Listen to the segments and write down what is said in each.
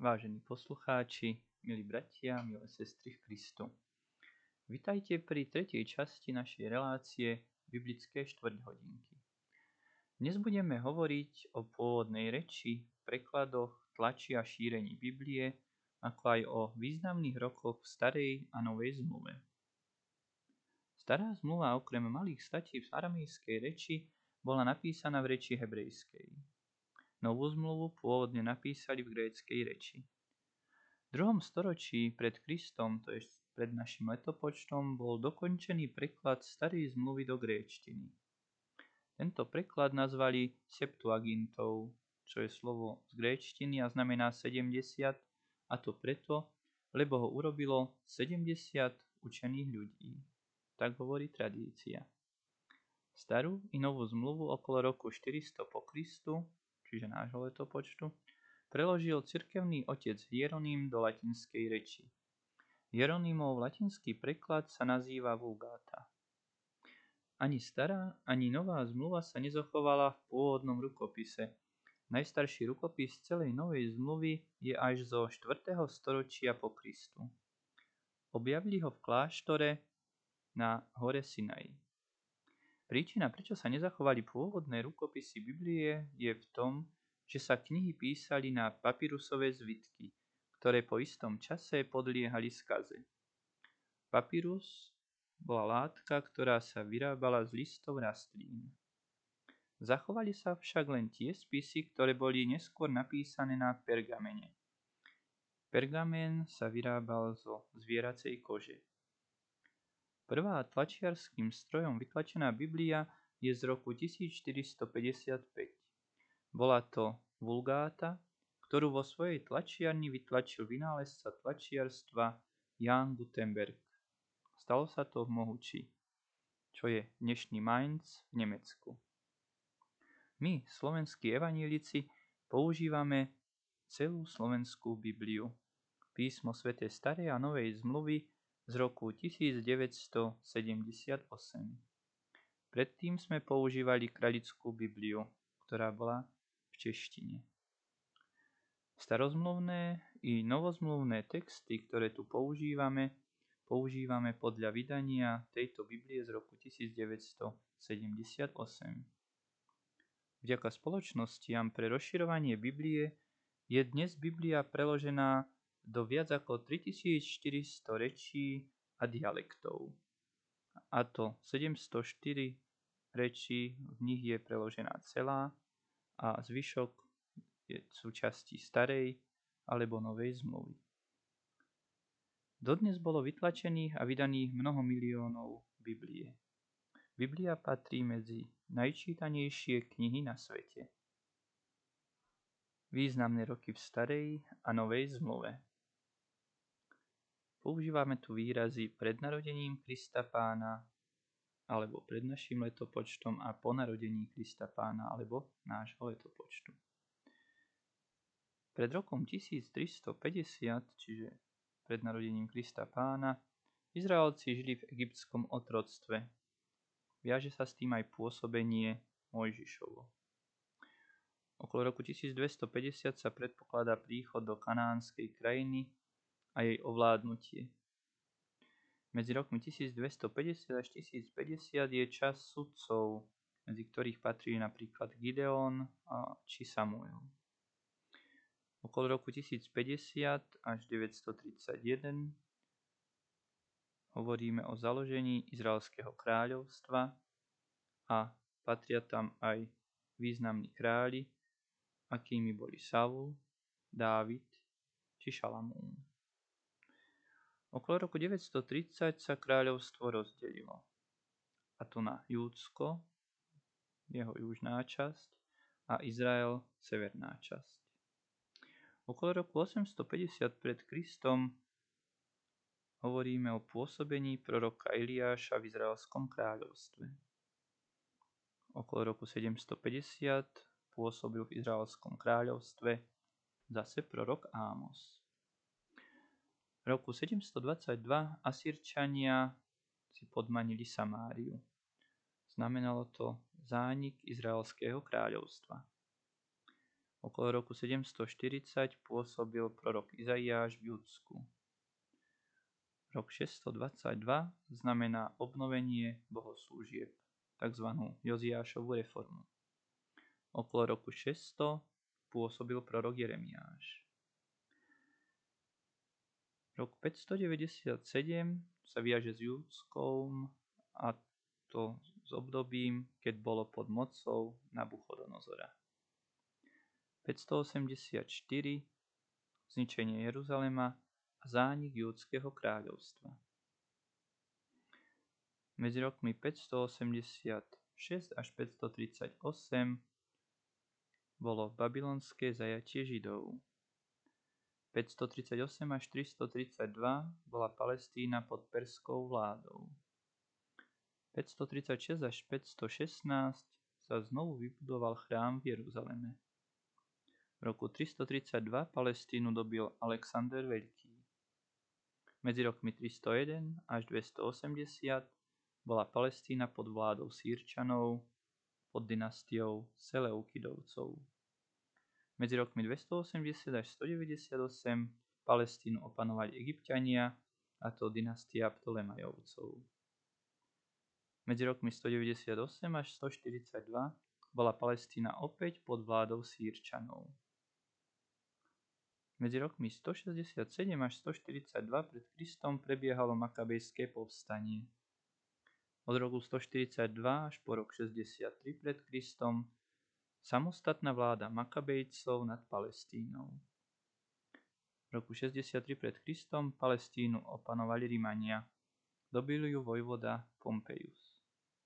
Vážení poslucháči, milí bratia, milé sestry v Kristu. Vitajte pri tretej časti našej relácie Biblické štvrťhodinky. Dnes budeme hovoriť o pôvodnej reči, prekladoch, tlači a šírení Biblie, ako aj o významných rokoch v Starej a Novej zmluve. Stará zmluva okrem malých statí v aramejskej reči bola napísaná v reči hebrejskej. Novú zmluvu pôvodne napísali v gréckej reči. V 2. storočí pred Kristom, to je pred našim letopočtom, bol dokončený preklad Starej zmluvy do gréčtiny. Tento preklad nazvali Septuagintou, čo je slovo z gréčtiny a znamená 70, a to preto, lebo ho urobilo 70 učených ľudí. Tak hovorí tradícia. Starú i novú zmluvu okolo roku 400 po Kristu, čiže nášho letopočtu, preložil cirkevný otec Hieronym do latinskej reči. Hieronymov latinský preklad sa nazýva Vulgata. Ani stará, ani nová zmluva sa nezachovala v pôvodnom rukopise. Najstarší rukopis celej novej zmluvy je až zo 4. storočia po Kristu. Objavili ho v kláštore na hore Sinaj. Príčina, prečo sa nezachovali pôvodné rukopisy Biblie, je v tom, že sa knihy písali na papyrusové zvitky, ktoré po istom čase podliehali skaze. Papyrus bola látka, ktorá sa vyrábala z listov rastlín. Zachovali sa však len tie spisy, ktoré boli neskôr napísané na pergamene. Pergamen sa vyrábal zo zvieracej kože. Prvá tlačiarským strojom vytlačená Biblia je z roku 1455. Bola to Vulgáta, ktorú vo svojej tlačiarni vytlačil vynálezca tlačiarstva Jan Gutenberg. Stalo sa to v Mohuči, čo je dnešný Mainz v Nemecku. My, slovenskí evanílici, používame celú slovenskú Bibliu, písmo sväté Starej a Novej zmluvy z roku 1978. Predtým sme používali Kraľickú Bibliu, ktorá bola v češtine. Starozmluvné i novozmluvné texty, ktoré tu používame podľa vydania tejto Biblie z roku 1978. Vďaka spoločnostiam pre rozširovanie Biblie je dnes Biblia preložená do viac ako 3400 rečí a dialektov. A to 704 rečí, v nich je preložená celá, a zvyšok je súčasti Starej alebo Novej zmluvy. Dodnes bolo vytlačených a vydaných mnoho miliónov Biblie. Biblia patrí medzi najčítanejšie knihy na svete. Významné roky v Starej a Novej zmluve. Používame tu výrazy pred narodením Krista Pána, alebo pred našim letopočtom, a po narodení Krista Pána, alebo nášho letopočtu. Pred rokom 1350, čiže pred narodením Krista Pána, Izraelci žili v egyptskom otroctve. Viaže sa s tým aj pôsobenie Mojžišovo. Okolo roku 1250 sa predpokladá príchod do kanánskej krajiny a jej ovládnutie. Medzi rokmi 1250 až 1050 je čas sudcov, medzi ktorých patrí napríklad Gideon či Samuel. Okolo roku 1050 až 931 hovoríme o založení Izraelského kráľovstva a patria tam aj významní králi, akými boli Saul, Dávid či Šalamún. Okolo roku 930 sa kráľovstvo rozdelilo, a to na Júdsko, jeho južná časť, a Izrael, severná časť. Okolo roku 850 pred Kristom hovoríme o pôsobení proroka Eliáša v Izraelskom kráľovstve. Okolo roku 750 pôsobil v Izraelskom kráľovstve zase prorok Ámos. V roku 722 Asýrčania si podmanili Samáriu. Znamenalo to zánik Izraelského kráľovstva. Okolo roku 740 pôsobil prorok Izaiáš v Judsku. Rok 622 znamená obnovenie bohoslúžieb, tzv. Joziášovu reformu. Okolo roku 600 pôsobil prorok Jeremiáš. Rok 597 sa viaže s Judskom, a to s obdobím, keď bolo pod mocou Nabuchodonozora. 584 zničenie Jeruzalema a zánik Júdskeho kráľovstva. Medzi rokmi 586 až 538 bolo babylonské zajatie Židov. 538 až 332 bola Palestína pod perskou vládou. 536 až 516 sa znovu vybudoval chrám v Jeruzaleme. V roku 332 Palestínu dobil Alexander Veľký. Medzi rokmi 301 až 280 bola Palestína pod vládou Sýrčanov pod dynastiou Seleukidovcov. Medzi rokmi 280 až 198 Palestínu opanovali Egypťania, a to dynastia Ptolemajovcov. Medzi rokmi 198 až 142 bola Palestína opäť pod vládou Sýrčanov. Medzi rokmi 167 až 142 pred Kristom prebiehalo Makabejské povstanie. Od roku 142 až po rok 63 pred Kristom samostatná vláda Makabejcov nad Palestínou. V roku 63 pred Kristom Palestínu opanovali Rimania. Dobil ju vojvoda Pompejus.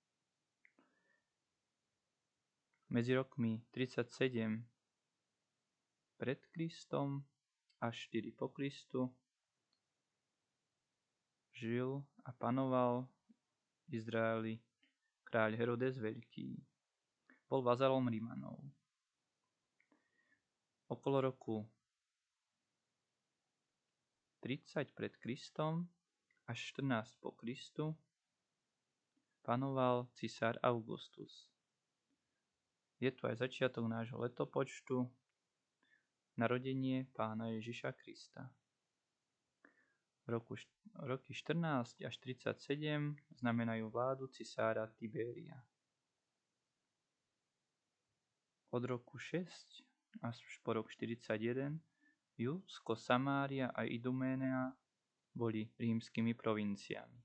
Medzi rokmi 37 pred Kristom až 4 po Kristu žil a panoval v Izraeli kráľ Herodes Veľký. Bol vazalom Rimanov. Okolo roku 30 pred Kristom až 14 po Kristu panoval cisár Augustus. Je tu aj začiatok nášho letopočtu, narodenie Pána Ježiša Krista. Roky 14 až 37 znamenajú vládu cisára Tibéria. Od roku 6 až po rok 41 Judsko, Samária a Iduménea boli rímskymi provinciami.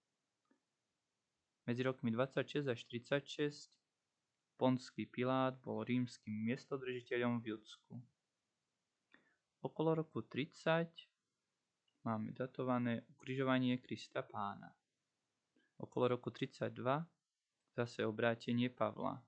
Medzi rokmi 26 až 36 Pontský Pilát bol rímskym miestodržiteľom v Judsku. Okolo roku 30 máme datované ukrižovanie Krista Pána. Okolo roku 32 zase obrátenie Pavla.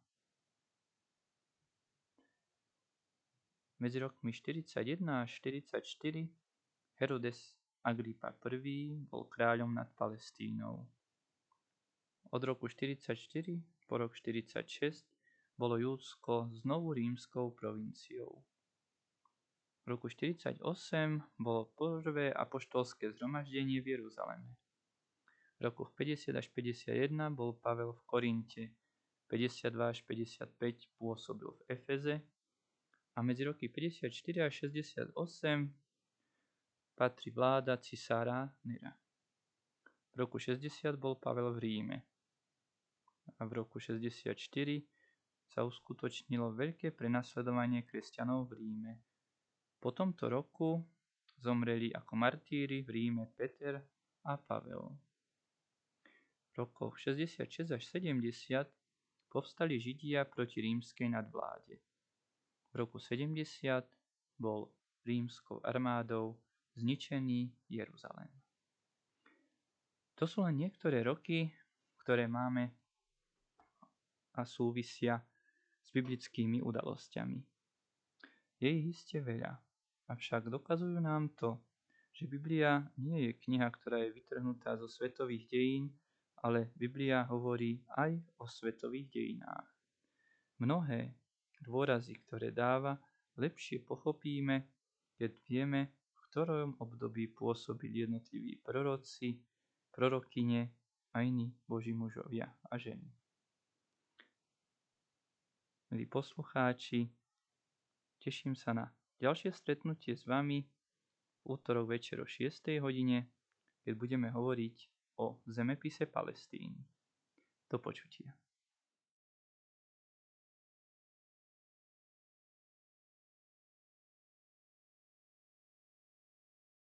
Medzi rokmi 41 až 44 Herodes Agripa I bol kráľom nad Palestínou. Od roku 44 po rok 46 bolo Júdsko znovu rímskou provinciou. V roku 48 bolo prvé apoštolské zhromaždenie v Jeruzaleme. V rokoch 50 až 51 bol Pavel v Korinte, 52 až 55 pôsobil v Efeze a medzi roky 54 až 68 patrí vláda cisára Nera. V roku 60 bol Pavel v Ríme a v roku 64 sa uskutočnilo veľké prenasledovanie kresťanov v Ríme. Po tomto roku zomreli ako martíri v Ríme Peter a Pavel. V rokoch 66 až 70 povstali Židia proti rímskej nadvláde. V roku 70 bol rímskou armádou zničený Jeruzalém. To sú len niektoré roky, ktoré máme a súvisia s biblickými udalosťami. Je ich iste veľa, avšak dokazujú nám to, že Biblia nie je kniha, ktorá je vytrhnutá zo svetových dejín, ale Biblia hovorí aj o svetových dejinách. Mnohé dôrazy, ktoré dáva, lepšie pochopíme, keď vieme, v ktorom období pôsobili jednotliví proroci, prorokyne a iní Boží mužovia a ženy. Milí poslucháči, Teším sa na ďalšie stretnutie s vami v útorok večer o 6. hodine, keď budeme hovoriť o zemepise Palestíny. Do počutia.